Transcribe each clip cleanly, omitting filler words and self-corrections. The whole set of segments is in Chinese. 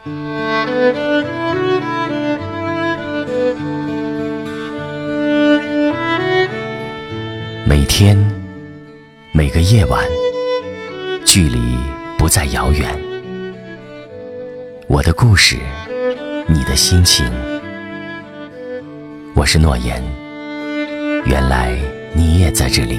每天，每个夜晚，距离不再遥远。我的故事，你的心情。我是诺言，原来你也在这里。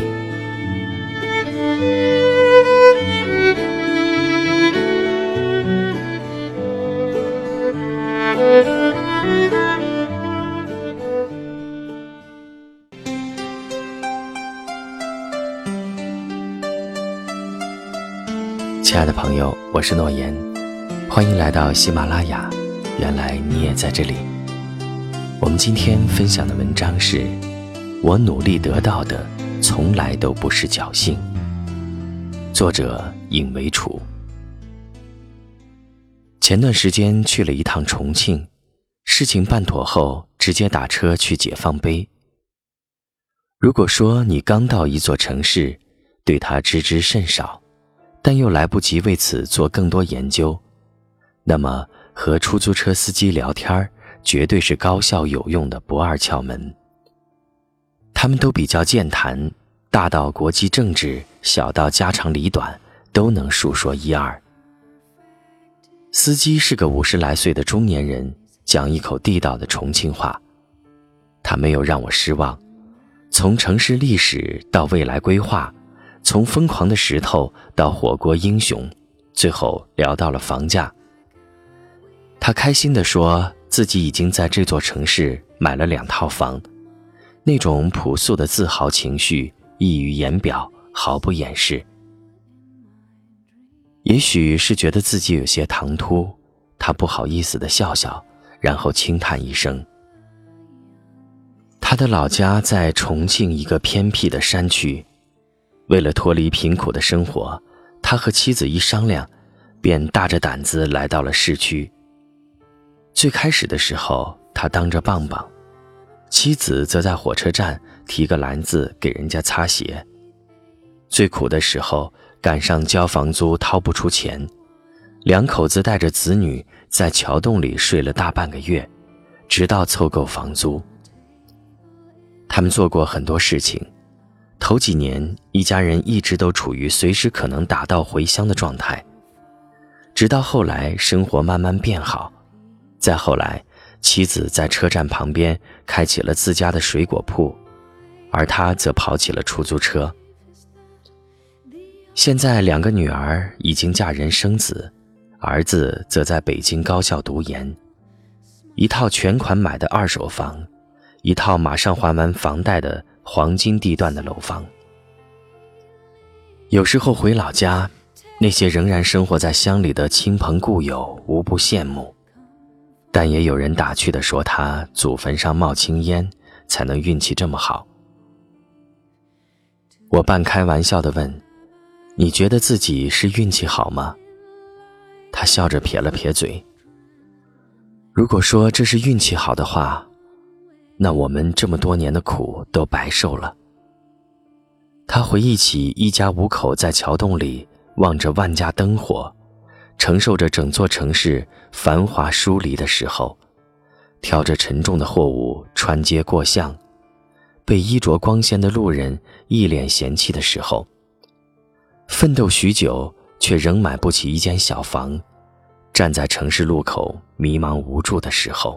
亲爱的朋友，我是诺言，欢迎来到喜马拉雅，原来你也在这里。我们今天分享的文章是我努力得到的从来都不是侥幸，作者尹维楚。前段时间去了一趟重庆，事情办妥后直接打车去解放碑。如果说你刚到一座城市，对它知之甚少，但又来不及为此做更多研究，那么和出租车司机聊天绝对是高效有用的不二窍门。他们都比较健谈，大到国际政治，小到家长里短，都能述说一二。司机是个50来岁的中年人，讲一口地道的重庆话。他没有让我失望，从城市历史到未来规划，从疯狂的石头到火锅英雄，最后聊到了房价。他开心地说自己已经在这座城市买了2套房，那种朴素的自豪情绪溢于言表，毫不掩饰。也许是觉得自己有些唐突，他不好意思地笑笑，然后轻叹一声。他的老家在重庆一个偏僻的山区，为了脱离贫苦的生活，他和妻子一商量，便大着胆子来到了市区。最开始的时候，他当着棒棒，妻子则在火车站提个篮子给人家擦鞋。最苦的时候，赶上交房租掏不出钱，2口子带着子女在桥洞里睡了大半个月，直到凑够房租。他们做过很多事情，头几年一家人一直都处于随时可能打道回乡的状态，直到后来生活慢慢变好，再后来妻子在车站旁边开启了自家的水果铺，而他则跑起了出租车。现在2个女儿已经嫁人生子，儿子则在北京高校读研，一套全款买的2手房，一套马上还完房贷的黄金地段的楼房。有时候回老家，那些仍然生活在乡里的亲朋故友无不羡慕，但也有人打趣地说他祖坟上冒青烟，才能运气这么好。我半开玩笑地问，你觉得自己是运气好吗？他笑着撇了撇嘴。如果说这是运气好的话，那我们这么多年的苦都白受了。他回忆起一家5口在桥洞里望着万家灯火，承受着整座城市繁华疏离的时候，挑着沉重的货物穿街过巷，被衣着光鲜的路人一脸嫌弃的时候，奋斗许久却仍买不起一间小房，站在城市路口迷茫无助的时候。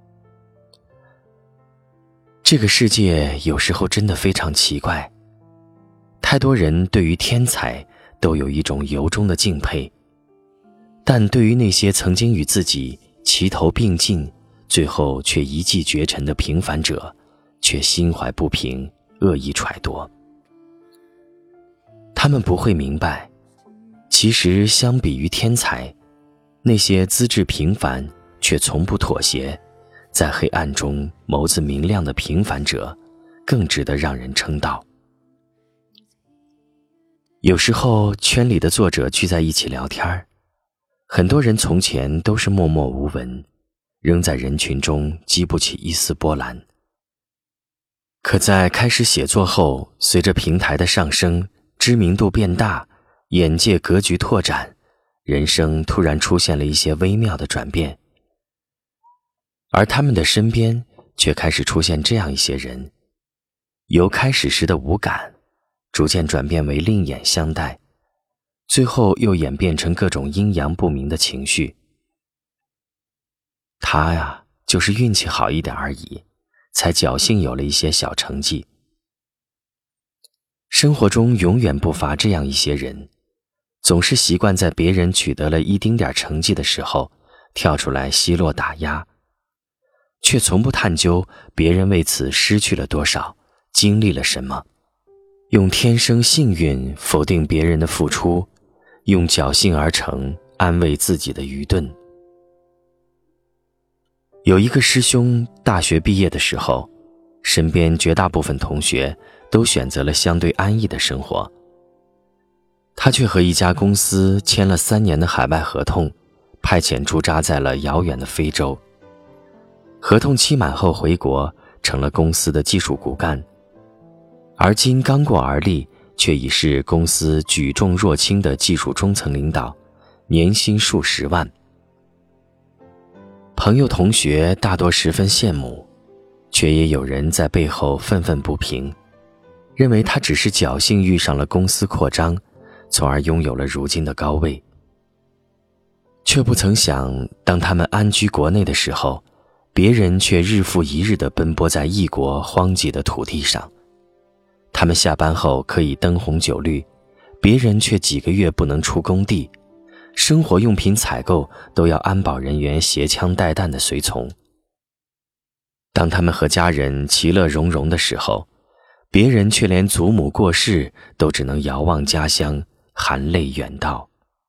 这个世界有时候真的非常奇怪，太多人对于天才都有一种由衷的敬佩，但对于那些曾经与自己齐头并进，最后却一骑绝尘的平凡者，却心怀不平，恶意揣度。他们不会明白，其实相比于天才，那些资质平凡却从不妥协，在黑暗中眸子明亮的平凡者，更值得让人称道。有时候圈里的作者聚在一起聊天，很多人从前都是默默无闻，仍在人群中激不起一丝波澜。可在开始写作后，随着平台的上升，知名度变大，眼界格局拓展， 人生突然出现了一些微妙的转变，而他们的身边却开始出现这样一些人，由开始时的无感，逐渐转变为另眼相待，最后又演变成各种阴阳不明的情绪。他呀，就是运气好一点而已，才侥幸有了一些小成绩。生活中永远不乏这样一些人，总是习惯在别人取得了一丁点成绩的时候，跳出来奚落打压，却从不探究别人为此失去了多少，经历了什么，用天生幸运否定别人的付出，用侥幸而成安慰自己的愚钝。有一个师兄大学毕业的时候，身边绝大部分同学都选择了相对安逸的生活，他却和一家公司签了3年的海外合同，派遣驻扎在了遥远的非洲。合同期满后回国，成了公司的技术骨干，而今刚过而立，却已是公司举重若轻的技术中层领导，年薪数十万。朋友同学大多十分羡慕，却也有人在背后愤愤不平，认为他只是侥幸遇上了公司扩张，从而拥有了如今的高位。却不曾想，当他们安居国内的时候，别人却日复一日地奔波在异国荒瘠的土地上。他们下班后可以灯红酒绿，别人却几个月不能出工地，生活用品采购都要安保人员携枪带弹的随从。当他们和家人其乐融融的时候，别人却连祖母过世都只能遥望家乡，含泪远道。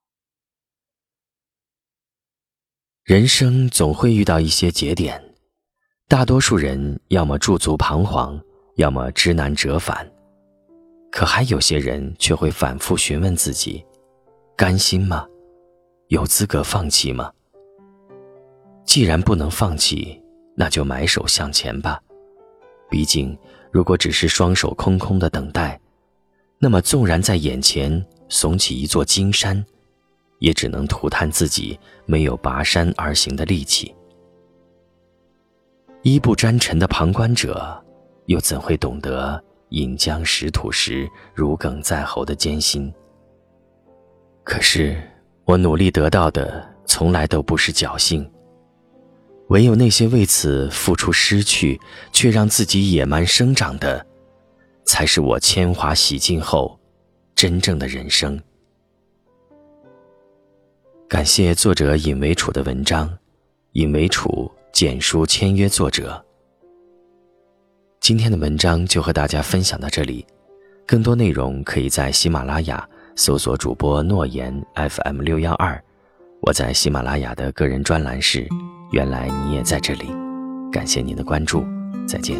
人生总会遇到一些节点，大多数人要么驻足彷徨，要么知难折返，可还有些人却会反复询问自己，甘心吗？有资格放弃吗？既然不能放弃，那就埋首向前吧。毕竟如果只是双手空空的等待，那么纵然在眼前耸起一座金山，也只能涂炭自己没有拔山而行的力气。衣不沾尘的旁观者，又怎会懂得饮浆食土时如鲠在喉的艰辛？可是我努力得到的从来都不是侥幸，唯有那些为此付出失去却让自己野蛮生长的，才是我铅华洗尽后真正的人生。感谢作者尹维楚的文章，尹维楚简书签约作者。今天的文章就和大家分享到这里，更多内容可以在喜马拉雅搜索主播诺言 FM612，我在喜马拉雅的个人专栏是原来你也在这里。感谢您的关注，再见。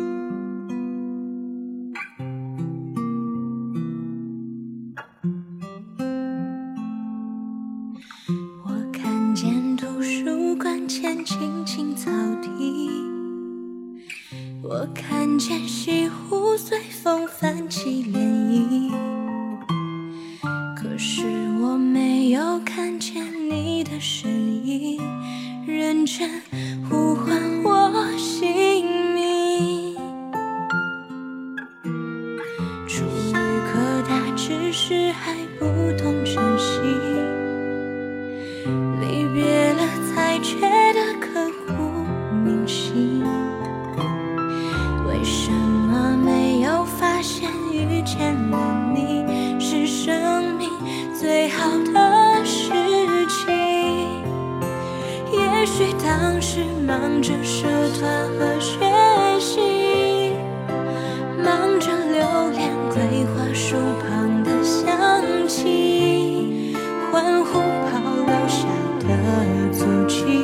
我看见图书馆前青青草地，我看见西湖随风泛起涟漪，可是我没有看见你的身影，认真呼唤我姓名。出于可大只是还不懂珍惜，离别了才觉得刻骨铭心。为什么没有发现遇见了你是生命最好的事情？也许当时忙着社团和学习，忙着留恋桂花树旁的香气，欢呼炮留下的足迹。